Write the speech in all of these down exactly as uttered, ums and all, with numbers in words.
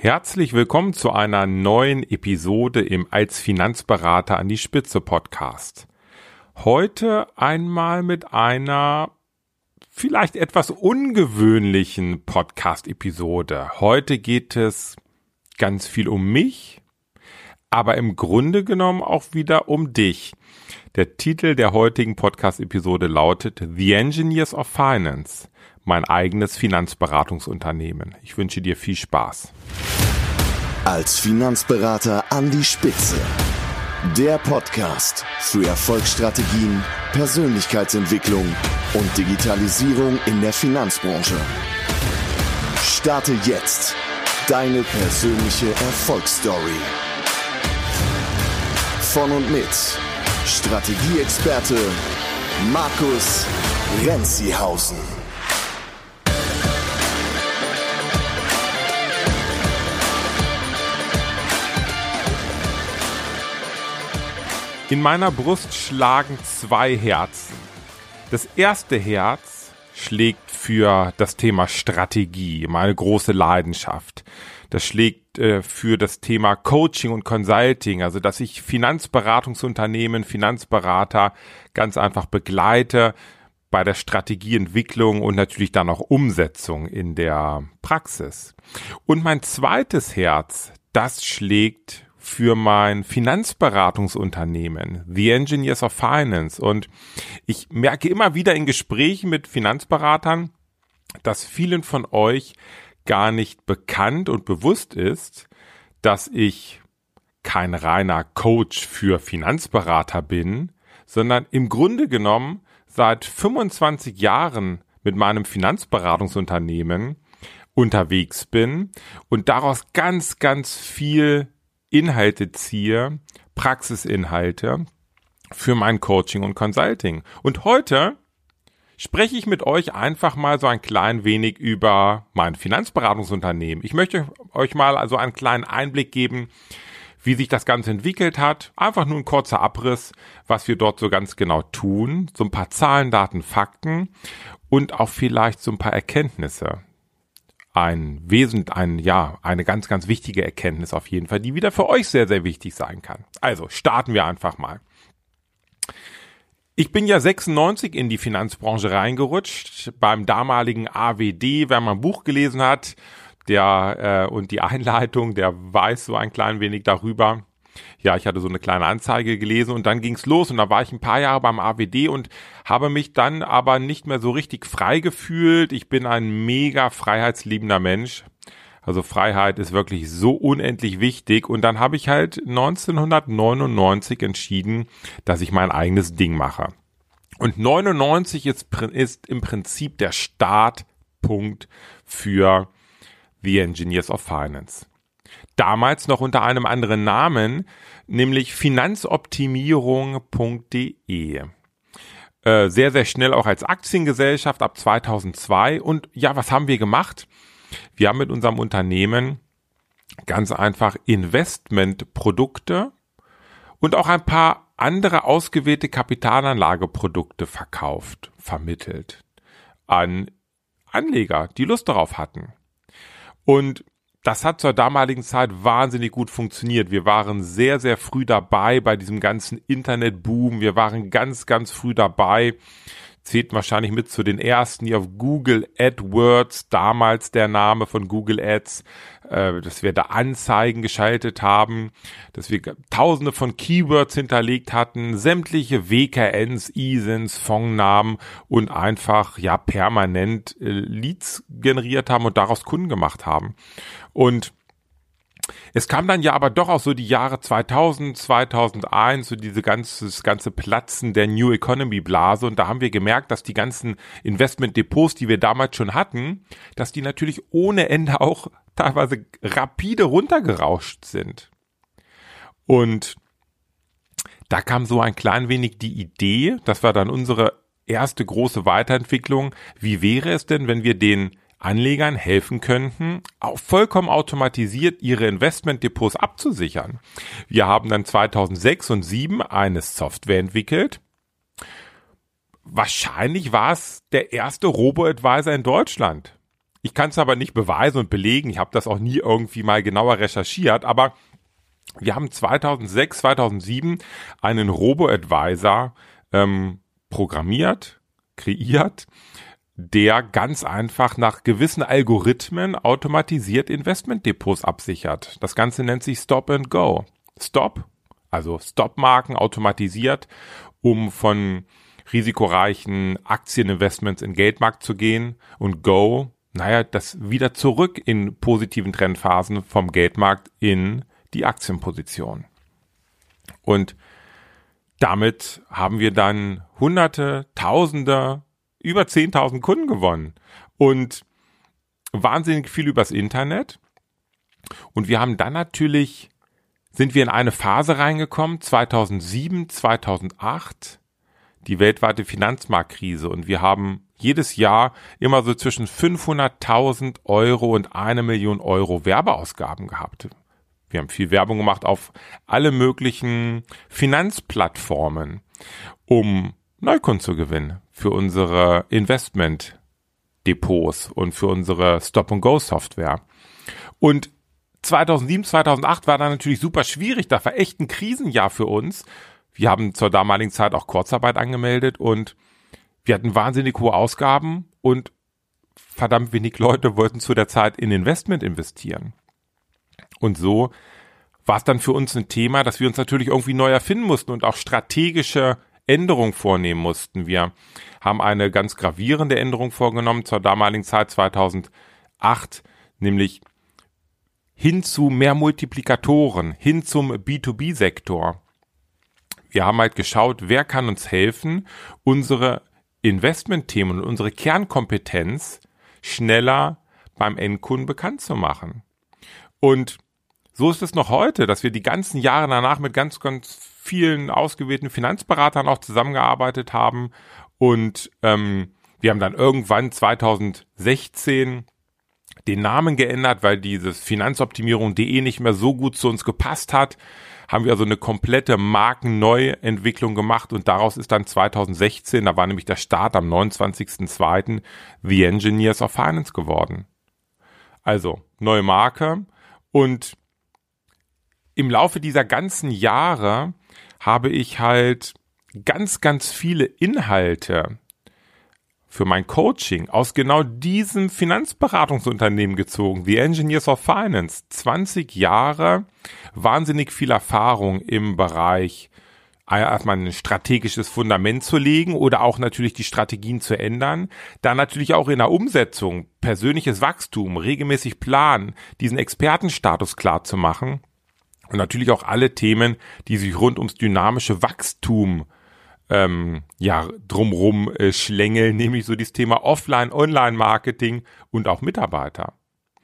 Herzlich willkommen zu einer neuen Episode im Als Finanzberater an die Spitze Podcast. Heute einmal mit einer vielleicht etwas ungewöhnlichen Podcast-Episode. Heute geht es ganz viel um mich, aber im Grunde genommen auch wieder um dich. Der Titel der heutigen Podcast-Episode lautet The Engineers of Finance, mein eigenes Finanzberatungsunternehmen. Ich wünsche dir viel Spaß. Als Finanzberater an die Spitze. Der Podcast für Erfolgsstrategien, Persönlichkeitsentwicklung und Digitalisierung in der Finanzbranche. Starte jetzt deine persönliche Erfolgsstory. Von und mit Strategieexperte Markus Renzihausen. In meiner Brust schlagen zwei Herzen. Das erste Herz schlägt für das Thema Strategie, meine große Leidenschaft. Das schlägt äh, für das Thema Coaching und Consulting, also dass ich Finanzberatungsunternehmen, Finanzberater ganz einfach begleite bei der Strategieentwicklung und natürlich dann auch Umsetzung in der Praxis. Und mein zweites Herz, das schlägt für mein Finanzberatungsunternehmen, The Engineers of Finance. Und ich merke immer wieder in Gesprächen mit Finanzberatern, dass vielen von euch gar nicht bekannt und bewusst ist, dass ich kein reiner Coach für Finanzberater bin, sondern im Grunde genommen seit fünfundzwanzig Jahren mit meinem Finanzberatungsunternehmen unterwegs bin und daraus ganz, ganz viel Inhalte ziehe, Praxisinhalte für mein Coaching und Consulting. Und heute spreche ich mit euch einfach mal so ein klein wenig über mein Finanzberatungsunternehmen. Ich möchte euch mal also einen kleinen Einblick geben, wie sich das Ganze entwickelt hat. Einfach nur ein kurzer Abriss, was wir dort so ganz genau tun. So ein paar Zahlen, Daten, Fakten und auch vielleicht so ein paar Erkenntnisse. Ein Wesen, ein, ja, eine ganz, ganz wichtige Erkenntnis auf jeden Fall, die wieder für euch sehr, sehr wichtig sein kann. Also, starten wir einfach mal. Ich bin ja sechsundneunzig in die Finanzbranche reingerutscht, beim damaligen A W D, wer mal ein Buch gelesen hat, der, äh, und die Einleitung, der weiß so ein klein wenig darüber. Ja, ich hatte so eine kleine Anzeige gelesen und dann ging's los und da war ich ein paar Jahre beim A W D und habe mich dann aber nicht mehr so richtig frei gefühlt. Ich bin ein mega freiheitsliebender Mensch. Also Freiheit ist wirklich so unendlich wichtig und dann habe ich halt neunzehnhundertneunundneunzig entschieden, dass ich mein eigenes Ding mache. Und neunundneunzig ist, ist im Prinzip der Startpunkt für The Engineers of Finance. Damals noch unter einem anderen Namen, nämlich finanzoptimierung punkt de. Äh, sehr, sehr schnell auch als Aktiengesellschaft ab zweitausendzwei. Und ja, was haben wir gemacht? Wir haben mit unserem Unternehmen ganz einfach Investmentprodukte und auch ein paar andere ausgewählte Kapitalanlageprodukte verkauft, vermittelt an Anleger, die Lust darauf hatten. Und das hat zur damaligen Zeit wahnsinnig gut funktioniert. Wir waren sehr, sehr früh dabei bei diesem ganzen Internetboom. Wir waren ganz, ganz früh dabei. Zählt wahrscheinlich mit zu den ersten, die auf Google AdWords, damals der Name von Google Ads, äh, dass wir da Anzeigen geschaltet haben, dass wir tausende von Keywords hinterlegt hatten, sämtliche W K Ns, I S Ins, Fondsnamen und einfach ja permanent äh, Leads generiert haben und daraus Kunden gemacht haben. Und es kam dann ja aber doch auch so die Jahre zweitausend, zweitausendeins, so diese ganze, das ganze Platzen der New Economy Blase und da haben wir gemerkt, dass die ganzen Investmentdepots, die wir damals schon hatten, dass die natürlich ohne Ende auch teilweise rapide runtergerauscht sind. Und da kam so ein klein wenig die Idee, das war dann unsere erste große Weiterentwicklung, wie wäre es denn, wenn wir den Anlegern helfen könnten, auch vollkommen automatisiert ihre Investmentdepots abzusichern. Wir haben dann zweitausendsechs und zweitausendsieben eine Software entwickelt. Wahrscheinlich war es der erste Robo-Advisor in Deutschland. Ich kann es aber nicht beweisen und belegen. Ich habe das auch nie irgendwie mal genauer recherchiert, aber wir haben zweitausendsechs, zweitausendsieben einen Robo-Advisor ähm, programmiert, kreiert, der ganz einfach nach gewissen Algorithmen automatisiert Investmentdepots absichert. Das Ganze nennt sich Stop and Go. Stop, also Stop-Marken automatisiert, um von risikoreichen Aktieninvestments in Geldmarkt zu gehen, und Go, naja, das wieder zurück in positiven Trendphasen vom Geldmarkt in die Aktienposition. Und damit haben wir dann Hunderte, Tausende, über zehntausend Kunden gewonnen und wahnsinnig viel übers Internet. Und wir haben dann natürlich, sind wir in eine Phase reingekommen, zweitausendsieben, zweitausendacht, die weltweite Finanzmarktkrise, und wir haben jedes Jahr immer so zwischen fünfhunderttausend Euro und eine Million Euro Werbeausgaben gehabt. Wir haben viel Werbung gemacht auf alle möglichen Finanzplattformen, um Neukunden zu gewinnen für unsere Investmentdepots und für unsere Stop-and-Go-Software. Und zweitausendsieben, zweitausendacht war dann natürlich super schwierig. Das war echt ein Krisenjahr für uns. Wir haben zur damaligen Zeit auch Kurzarbeit angemeldet und wir hatten wahnsinnig hohe Ausgaben und verdammt wenig Leute wollten zu der Zeit in Investment investieren. Und so war es dann für uns ein Thema, dass wir uns natürlich irgendwie neu erfinden mussten und auch strategische Änderungen vornehmen mussten. Wir haben eine ganz gravierende Änderung vorgenommen zur damaligen Zeit zweitausendacht, nämlich hin zu mehr Multiplikatoren, hin zum B zwei B Sektor. Wir haben halt geschaut, wer kann uns helfen, unsere Investmentthemen und unsere Kernkompetenz schneller beim Endkunden bekannt zu machen. Und so ist es noch heute, dass wir die ganzen Jahre danach mit ganz, ganz vielen ausgewählten Finanzberatern auch zusammengearbeitet haben. Und ähm, wir haben dann irgendwann zweitausendsechzehn den Namen geändert, weil dieses Finanzoptimierung punkt de nicht mehr so gut zu uns gepasst hat. Haben wir also eine komplette Markenneuentwicklung gemacht und daraus ist dann zweitausendsechzehn, da war nämlich der Start am neunundzwanzigsten zweiten The Engineers of Finance geworden. Also neue Marke, und im Laufe dieser ganzen Jahre habe ich halt ganz, ganz viele Inhalte für mein Coaching aus genau diesem Finanzberatungsunternehmen gezogen, The Engineers of Finance. zwanzig Jahre, wahnsinnig viel Erfahrung im Bereich, erstmal ein strategisches Fundament zu legen oder auch natürlich die Strategien zu ändern. Dann natürlich auch in der Umsetzung, persönliches Wachstum, regelmäßig planen, diesen Expertenstatus klar zu machen. Und natürlich auch alle Themen, die sich rund ums dynamische Wachstum ähm, ja drumrum äh, schlängeln, nämlich so dieses Thema Offline-, Online-Marketing und auch Mitarbeiter.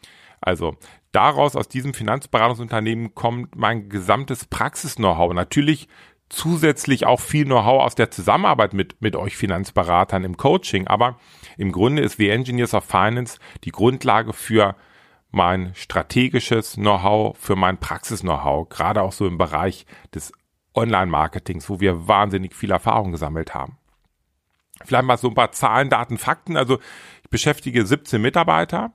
Also daraus, aus diesem Finanzberatungsunternehmen, kommt mein gesamtes Praxis-Know-how. Natürlich zusätzlich auch viel Know-how aus der Zusammenarbeit mit, mit euch Finanzberatern im Coaching. Aber im Grunde ist The Engineers of Finance die Grundlage für mein strategisches Know-how, für mein Praxis-Know-how, gerade auch so im Bereich des Online-Marketings, wo wir wahnsinnig viel Erfahrung gesammelt haben. Vielleicht mal so ein paar Zahlen, Daten, Fakten. Also ich beschäftige siebzehn Mitarbeiter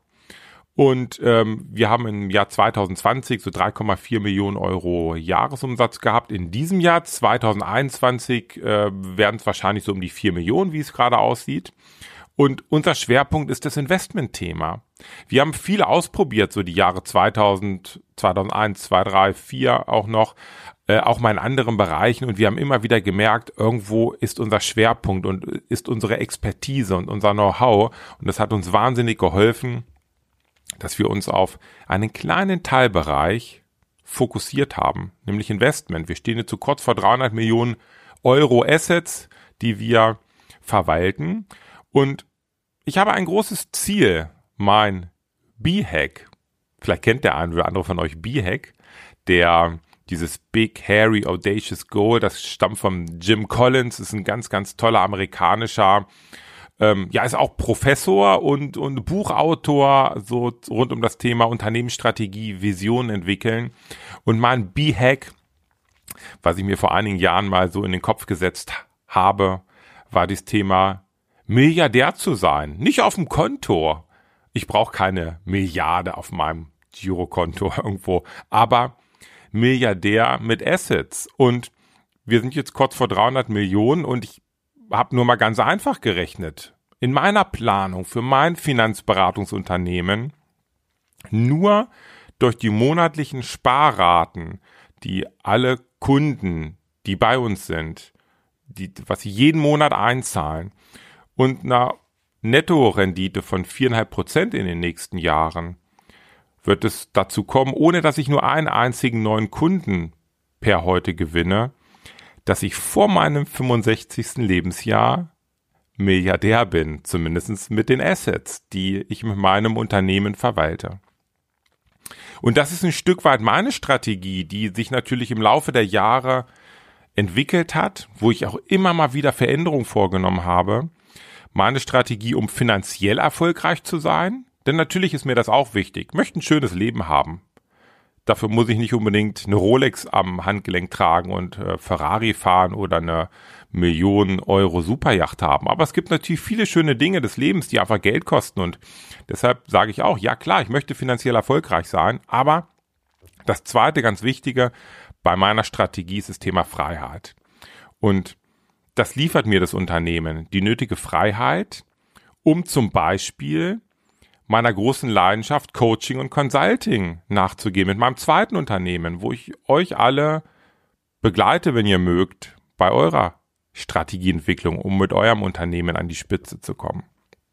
und ähm, wir haben im Jahr zweitausendzwanzig so drei Komma vier Millionen Euro Jahresumsatz gehabt. In diesem Jahr zweitausendeinundzwanzig äh, werden es wahrscheinlich so um die vier Millionen, wie es gerade aussieht. Und unser Schwerpunkt ist das Investmentthema. Wir haben viele ausprobiert, so die Jahre zweitausend, zweitausendeins, zwei, drei, vier auch noch, äh, auch mal in anderen Bereichen. Und wir haben immer wieder gemerkt, irgendwo ist unser Schwerpunkt und ist unsere Expertise und unser Know-how. Und das hat uns wahnsinnig geholfen, dass wir uns auf einen kleinen Teilbereich fokussiert haben, nämlich Investment. Wir stehen jetzt so kurz vor dreihundert Millionen Euro Assets, die wir verwalten. Und ich habe ein großes Ziel, mein B-Hack. Vielleicht kennt der eine oder andere von euch B-Hack, der dieses Big, Hairy, Audacious Goal, das stammt von Jim Collins, ist ein ganz, ganz toller amerikanischer, ähm, ja, ist auch Professor und, und Buchautor, so rund um das Thema Unternehmensstrategie, Vision entwickeln. Und mein B-Hack, was ich mir vor einigen Jahren mal so in den Kopf gesetzt habe, war das Thema Milliardär zu sein. Nicht auf dem Konto, Ich brauche keine Milliarde auf meinem Girokonto irgendwo, aber Milliardär mit Assets. Und wir sind jetzt kurz vor dreihundert Millionen und ich habe nur mal ganz einfach gerechnet. In meiner Planung für mein Finanzberatungsunternehmen nur durch die monatlichen Sparraten, die alle Kunden, die bei uns sind, die, was sie jeden Monat einzahlen und einer Nettorendite von viereinhalb Prozent in den nächsten Jahren, wird es dazu kommen, ohne dass ich nur einen einzigen neuen Kunden per heute gewinne, dass ich vor meinem fünfundsechzigsten Lebensjahr Milliardär bin, zumindest mit den Assets, die ich mit meinem Unternehmen verwalte. Und das ist ein Stück weit meine Strategie, die sich natürlich im Laufe der Jahre entwickelt hat, wo ich auch immer mal wieder Veränderungen vorgenommen habe. Meine Strategie, um finanziell erfolgreich zu sein, denn natürlich ist mir das auch wichtig. Ich möchte ein schönes Leben haben. Dafür muss ich nicht unbedingt eine Rolex am Handgelenk tragen und äh, Ferrari fahren oder eine Millionen Euro Superjacht haben. Aber es gibt natürlich viele schöne Dinge des Lebens, die einfach Geld kosten. Und deshalb sage ich auch, ja klar, ich möchte finanziell erfolgreich sein. Aber das zweite ganz Wichtige bei meiner Strategie ist das Thema Freiheit. Und das liefert mir das Unternehmen, die nötige Freiheit, um zum Beispiel meiner großen Leidenschaft Coaching und Consulting nachzugehen mit meinem zweiten Unternehmen, wo ich euch alle begleite, wenn ihr mögt, bei eurer Strategieentwicklung, um mit eurem Unternehmen an die Spitze zu kommen.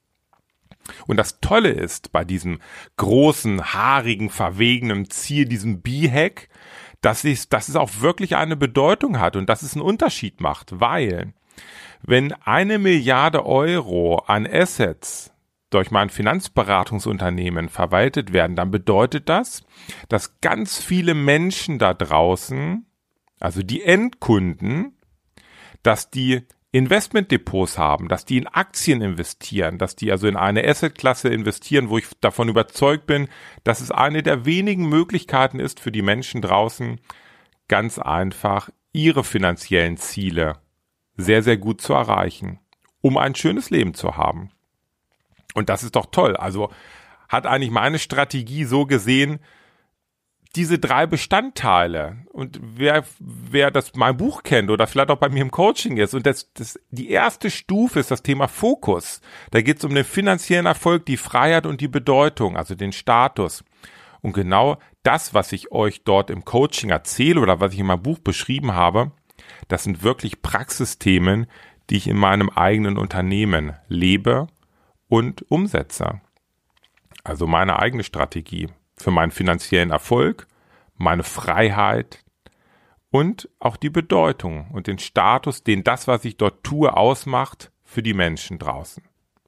Und das Tolle ist bei diesem großen, haarigen, verwegenen Ziel, diesem B-Hack, dass es, dass es auch wirklich eine Bedeutung hat und dass es einen Unterschied macht, weil wenn eine Milliarde Euro an Assets durch mein Finanzberatungsunternehmen verwaltet werden, dann bedeutet das, dass ganz viele Menschen da draußen, also die Endkunden, dass die Investmentdepots haben, dass die in Aktien investieren, dass die also in eine Assetklasse investieren, wo ich davon überzeugt bin, dass es eine der wenigen Möglichkeiten ist für die Menschen draußen, ganz einfach ihre finanziellen Ziele sehr, sehr gut zu erreichen, um ein schönes Leben zu haben. Und das ist doch toll. Also hat eigentlich meine Strategie so gesehen, diese drei Bestandteile. Und wer, wer das mein Buch kennt oder vielleicht auch bei mir im Coaching ist, und das, das, die erste Stufe ist das Thema Fokus. Da geht es um den finanziellen Erfolg, die Freiheit und die Bedeutung, also den Status. Und genau das, was ich euch dort im Coaching erzähle oder was ich in meinem Buch beschrieben habe, das sind wirklich Praxisthemen, die ich in meinem eigenen Unternehmen lebe und umsetze. Also meine eigene Strategie für meinen finanziellen Erfolg, meine Freiheit und auch die Bedeutung und den Status, den das, was ich dort tue, ausmacht für die Menschen draußen.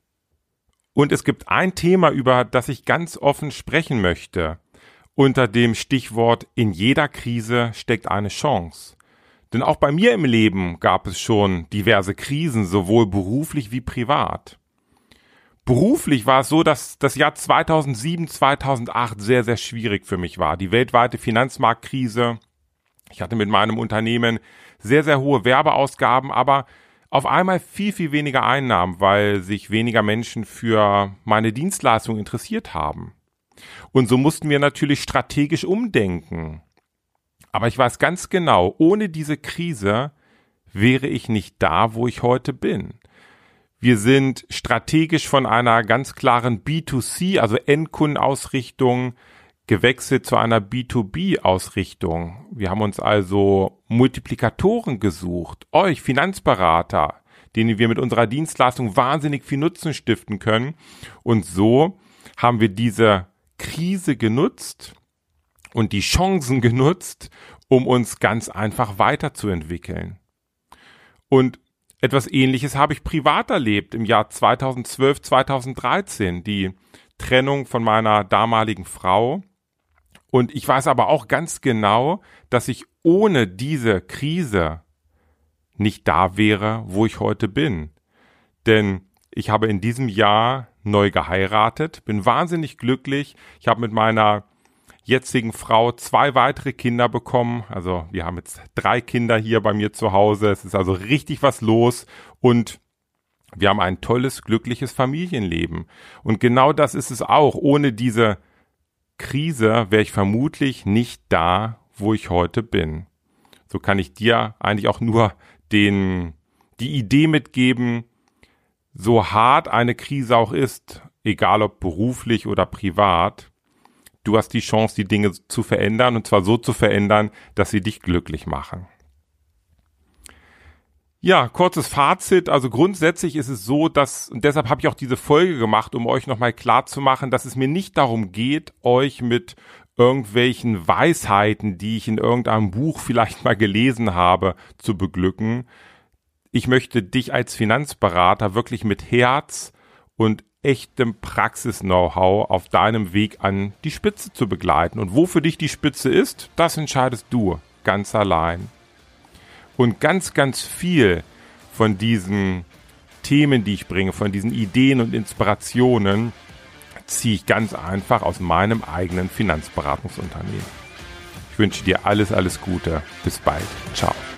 Und es gibt ein Thema, über das ich ganz offen sprechen möchte, unter dem Stichwort: in jeder Krise steckt eine Chance. Denn auch bei mir im Leben gab es schon diverse Krisen, sowohl beruflich wie privat. Beruflich war es so, dass das Jahr zweitausendsieben, zweitausendacht sehr, sehr schwierig für mich war. Die weltweite Finanzmarktkrise. Ich hatte mit meinem Unternehmen sehr, sehr hohe Werbeausgaben, aber auf einmal viel, viel weniger Einnahmen, weil sich weniger Menschen für meine Dienstleistung interessiert haben. Und so mussten wir natürlich strategisch umdenken. Aber ich weiß ganz genau, ohne diese Krise wäre ich nicht da, wo ich heute bin. Wir sind strategisch von einer ganz klaren B zwei C, also Endkundenausrichtung, gewechselt zu einer B zwei B-Ausrichtung. Wir haben uns also Multiplikatoren gesucht, euch Finanzberater, denen wir mit unserer Dienstleistung wahnsinnig viel Nutzen stiften können. Und so haben wir diese Krise genutzt und die Chancen genutzt, um uns ganz einfach weiterzuentwickeln. Und etwas Ähnliches habe ich privat erlebt im Jahr zweitausendzwölf, zweitausenddreizehn, die Trennung von meiner damaligen Frau. Und ich weiß aber auch ganz genau, dass ich ohne diese Krise nicht da wäre, wo ich heute bin. Denn ich habe in diesem Jahr neu geheiratet, bin wahnsinnig glücklich. Ich habe mit meiner jetzigen Frau zwei weitere Kinder bekommen. Also wir haben jetzt drei Kinder hier bei mir zu Hause. Es ist also richtig was los. Und Wir haben ein tolles, glückliches Familienleben. Und genau das ist es auch. Ohne diese Krise wäre ich vermutlich nicht da, wo ich heute bin. So kann ich dir eigentlich auch nur den, die Idee mitgeben, so hart eine Krise auch ist, egal ob beruflich oder privat, du hast die Chance, die Dinge zu verändern, und zwar so zu verändern, dass sie dich glücklich machen. Ja, kurzes Fazit. Also grundsätzlich ist es so, dass, und deshalb habe ich auch diese Folge gemacht, um euch nochmal klar zu machen, dass es mir nicht darum geht, euch mit irgendwelchen Weisheiten, die ich in irgendeinem Buch vielleicht mal gelesen habe, zu beglücken. Ich möchte dich als Finanzberater wirklich mit Herz und echtem Praxis-Know-how auf deinem Weg an die Spitze zu begleiten. Und wo für dich die Spitze ist, das entscheidest du ganz allein. Und ganz, ganz viel von diesen Themen, die ich bringe, von diesen Ideen und Inspirationen, ziehe ich ganz einfach aus meinem eigenen Finanzberatungsunternehmen. Ich wünsche dir alles, alles Gute. Bis bald. Ciao.